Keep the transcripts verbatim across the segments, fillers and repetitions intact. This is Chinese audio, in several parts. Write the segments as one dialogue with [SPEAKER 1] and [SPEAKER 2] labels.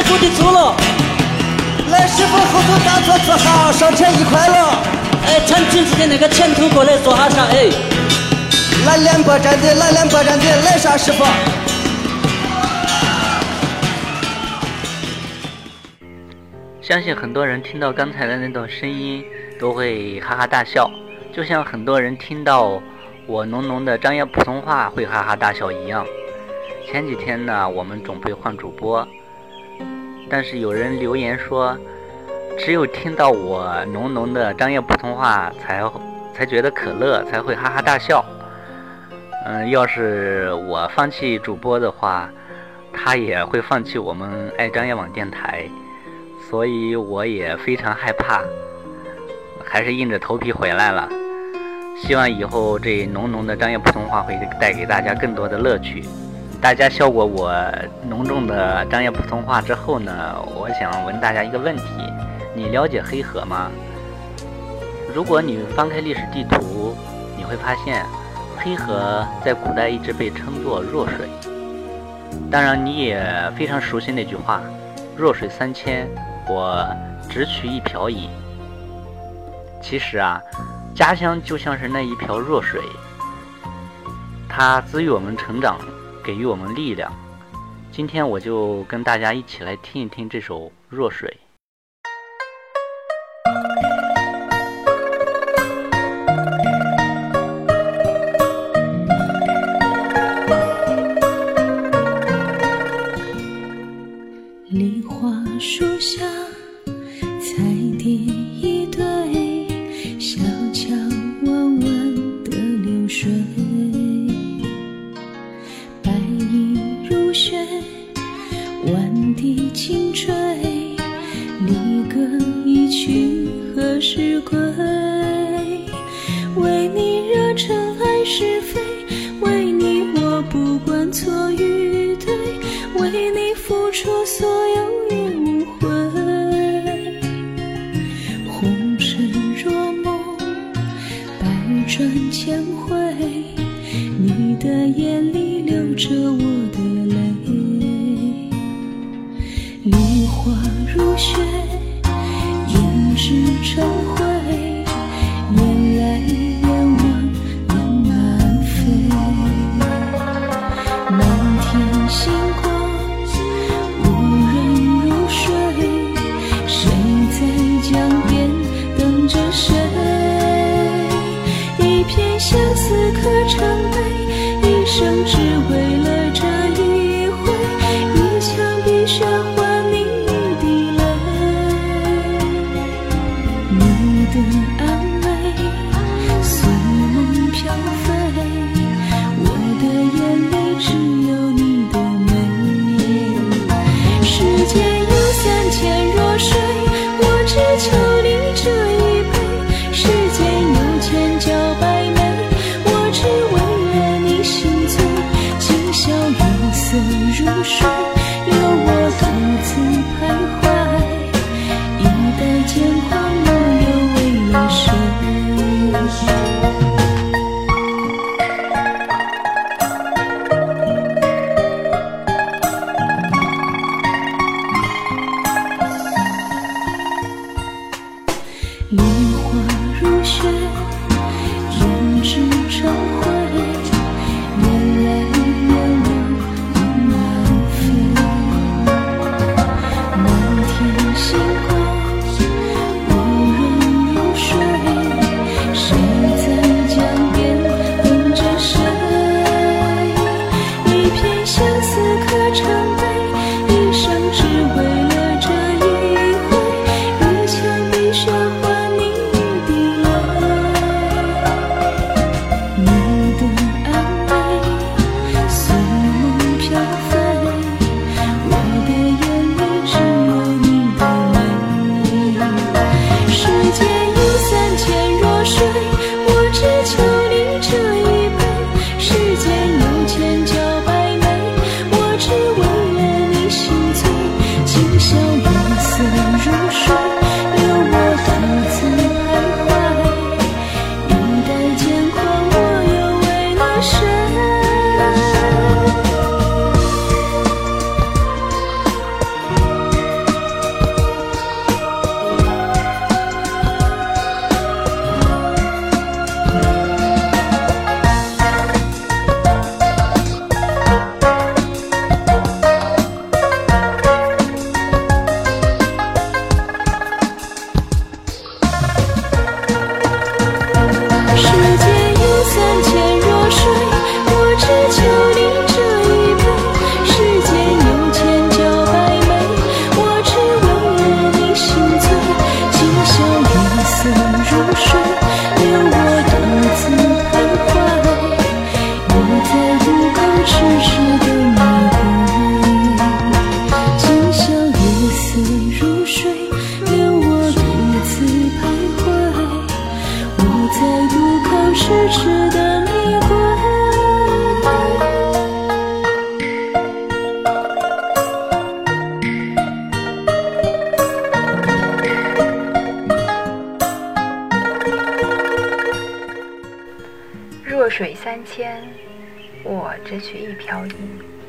[SPEAKER 1] 傅的足了。
[SPEAKER 2] 来师傅后头打坐坐好，上前一块了。
[SPEAKER 1] 哎，穿裙子的那个前头过来坐下上，哎。
[SPEAKER 2] 来两拨站的，来两拨站的，来啥师傅？
[SPEAKER 3] 相信很多人听到刚才的那段声音都会哈哈大笑，就像很多人听到我浓浓的张掖普通话会哈哈大笑一样。前几天呢，我们准备换主播，但是有人留言说，只有听到我浓浓的张掖普通话才才觉得可乐，才会哈哈大笑。嗯，要是我放弃主播的话，他也会放弃我们爱张掖网电台。所以我也非常害怕，还是硬着头皮回来了。希望以后这浓浓的张掖普通话会带给大家更多的乐趣。大家笑过我浓重的张掖普通话之后呢，我想问大家一个问题：你了解黑河吗？如果你翻开历史地图，你会发现黑河在古代一直被称作弱水。当然你也非常熟悉那句话，弱水三千，我只取一瓢饮。其实啊，家乡就像是那一瓢弱水，它滋育我们成长，给予我们力量。今天我就跟大家一起来听一听这首《弱水》。
[SPEAKER 4] 梨花树下彩蝶一对，小桥弯弯的流水，白衣如雪，万笛轻吹，离歌一曲何时归？为你热忱爱是非，为你我不管错与对，为你付出所有也无悔。红尘若梦，百转千回，你的眼里流着我的泪。梨花如雪，胭脂成灰，雁来雁往雁南飞。满天星光无人入水，谁在江边等着谁？一片相思刻成泪，一生只为了这一回。
[SPEAKER 5] 弱水三千，我只取一瓢饮。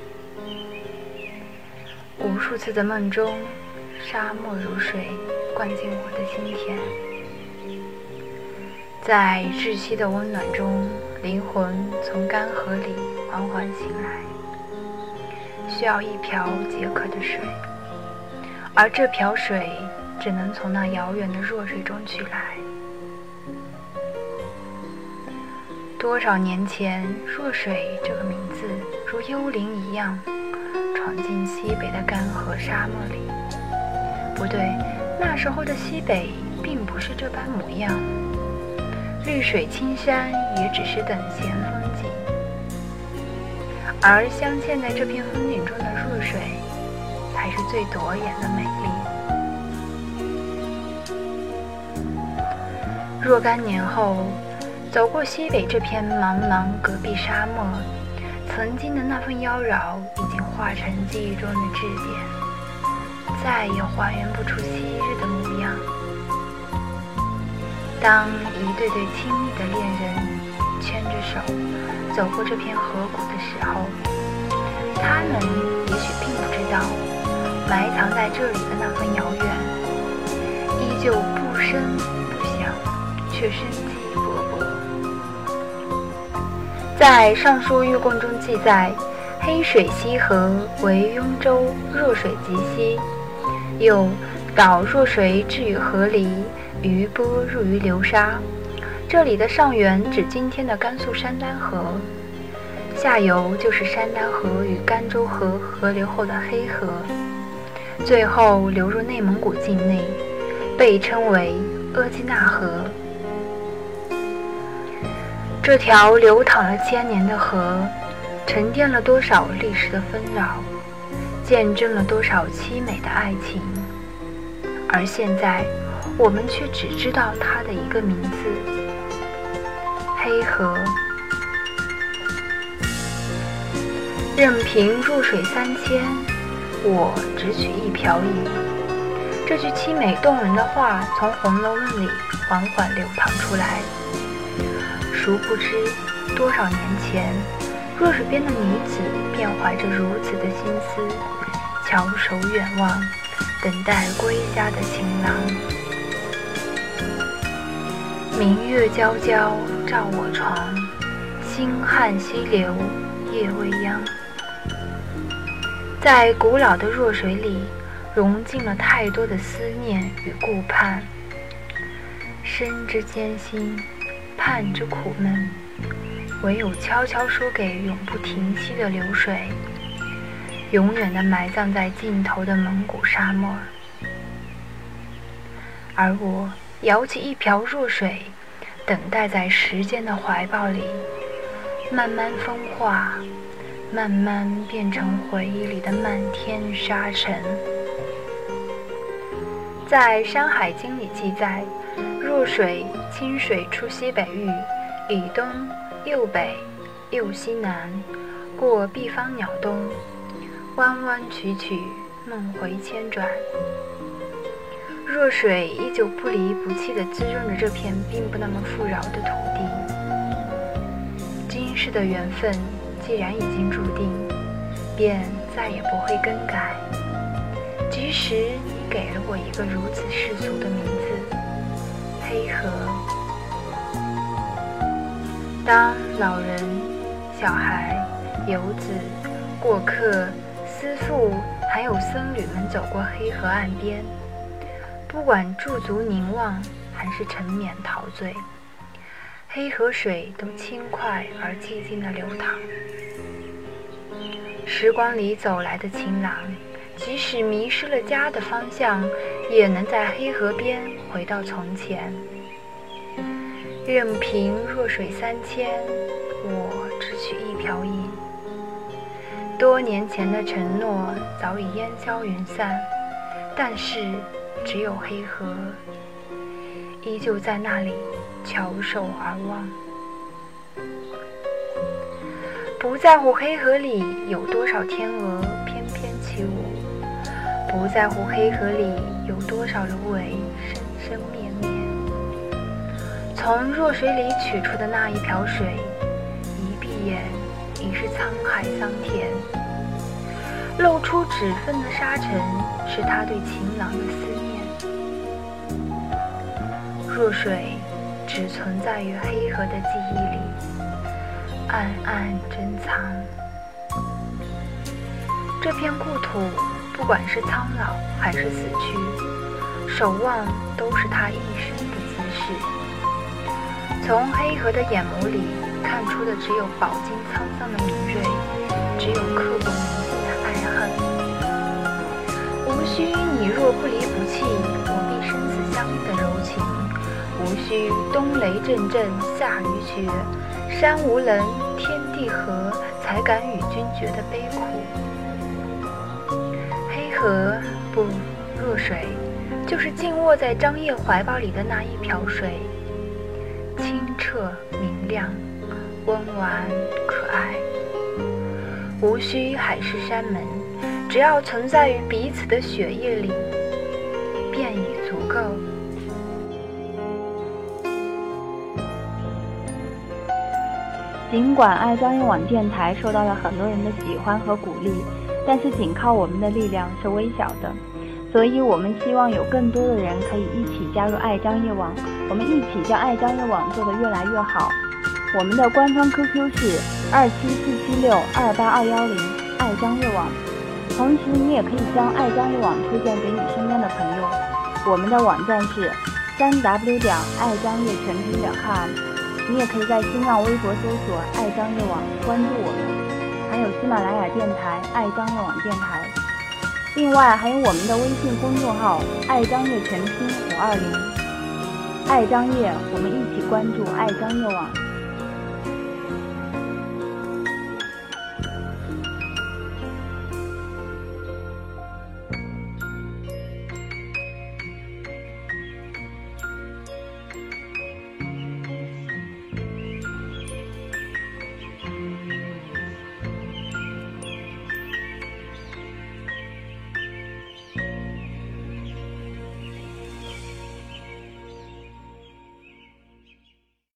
[SPEAKER 5] 无数次的梦中，沙漠如水灌进我的心田，在窒息的温暖中，灵魂从干涸里缓缓醒来，需要一瓢解渴的水，而这瓢水只能从那遥远的弱水中取来。多少年前，弱水这个名字如幽灵一样闯进西北的干涸沙漠里。不对，那时候的西北并不是这般模样，绿水青山也只是等闲风景，而镶嵌在这片风景中的弱水才是最夺眼的美丽。若干年后，走过西北这片茫茫戈壁沙漠，曾经的那份妖娆已经化成记忆中的质点，再也还原不出昔日的模样。当一对对亲密的恋人牵着手走过这片河谷的时候，他们也许并不知道，埋藏在这里的那份遥远，依旧不声不响，却生机勃勃。在《尚书玉贡》中记载，黑水西河为雍州弱水极溪，又导弱水至于河里，余波入于流沙。这里的上源指今天的甘肃山丹河，下游就是山丹河与甘州河合流后的黑河，最后流入内蒙古境内，被称为额济纳河。这条流淌了千年的河，沉淀了多少历史的纷扰，见证了多少凄美的爱情，而现在我们却只知道它的一个名字——黑河。任凭弱水三千，我只取一瓢饮。这句凄美动人的话从《红楼梦》里缓缓流淌出来。殊不知，多少年前，弱水边的女子便怀着如此的心思，翘首远望，等待归家的情郎。明月皎皎照我床，星汉西流夜未央。在古老的弱水里，融进了太多的思念与顾盼，生之艰辛，盼之苦闷，唯有悄悄输给永不停息的流水，永远地埋葬在尽头的蒙古沙漠。而我舀起一瓢弱水，等待在时间的怀抱里，慢慢风化，慢慢变成回忆里的漫天沙尘。在《山海经》里记载，弱水清水出西北域，以东右北右西南，过毕方鸟东，弯弯曲曲，梦回千转。弱水依旧不离不弃地滋润着这片并不那么富饶的土地。今世的缘分既然已经注定，便再也不会更改。即使你给了我一个如此世俗的名字——黑河。当老人、小孩、游子、过客、思妇还有僧侣们走过黑河岸边，不管驻足凝望还是沉湎陶醉，黑河水都轻快而寂静地流淌。时光里走来的情郎，即使迷失了家的方向，也能在黑河边回到从前。任凭弱水三千，我只取一瓢饮。多年前的承诺早已烟消云散，但是只有黑河依旧在那里翘首而望。不在乎黑河里有多少天鹅翩翩起舞，不在乎黑河里有多少芦苇生生灭灭。从弱水里取出的那一瓢水， 眼已是沧海桑田，露出指缝的沙尘是他对情郎的思念。弱水只存在于黑河的记忆里，暗暗珍藏。这片故土，不管是苍老还是死去，守望都是他一生的姿势。从黑河的眼眸里看出的只有饱经沧桑的敏锐，只有刻骨铭心的爱恨。无需你若不离不弃，我必生死相依的柔情；无需冬雷阵阵，夏雨雪，山无棱，天地合，才敢与君绝的悲苦。黑河不弱水，就是静卧在张掖怀抱里的那一瓢水，清澈明亮，温婉可爱。无需海誓山盟，只要存在于彼此的血液里，便已足够。
[SPEAKER 6] 尽管爱张掖网电台受到了很多人的喜欢和鼓励，但是仅靠我们的力量是微小的，所以我们希望有更多的人可以一起加入爱张掖网，我们一起将爱张掖网做得越来越好。我们的官方 Q Q 是二七四七六二八二幺零，爱张掖网。同时你也可以将爱张掖网推荐给你身边的朋友。我们的网站是 三 w 点爱张掖全拼点 com， 你也可以在新浪微博搜索爱张掖网关注我们，还有喜马拉雅电台爱张掖网电台，另外还有我们的微信公众号爱张掖全拼五二零，爱张掖，我们一起关注爱张掖网。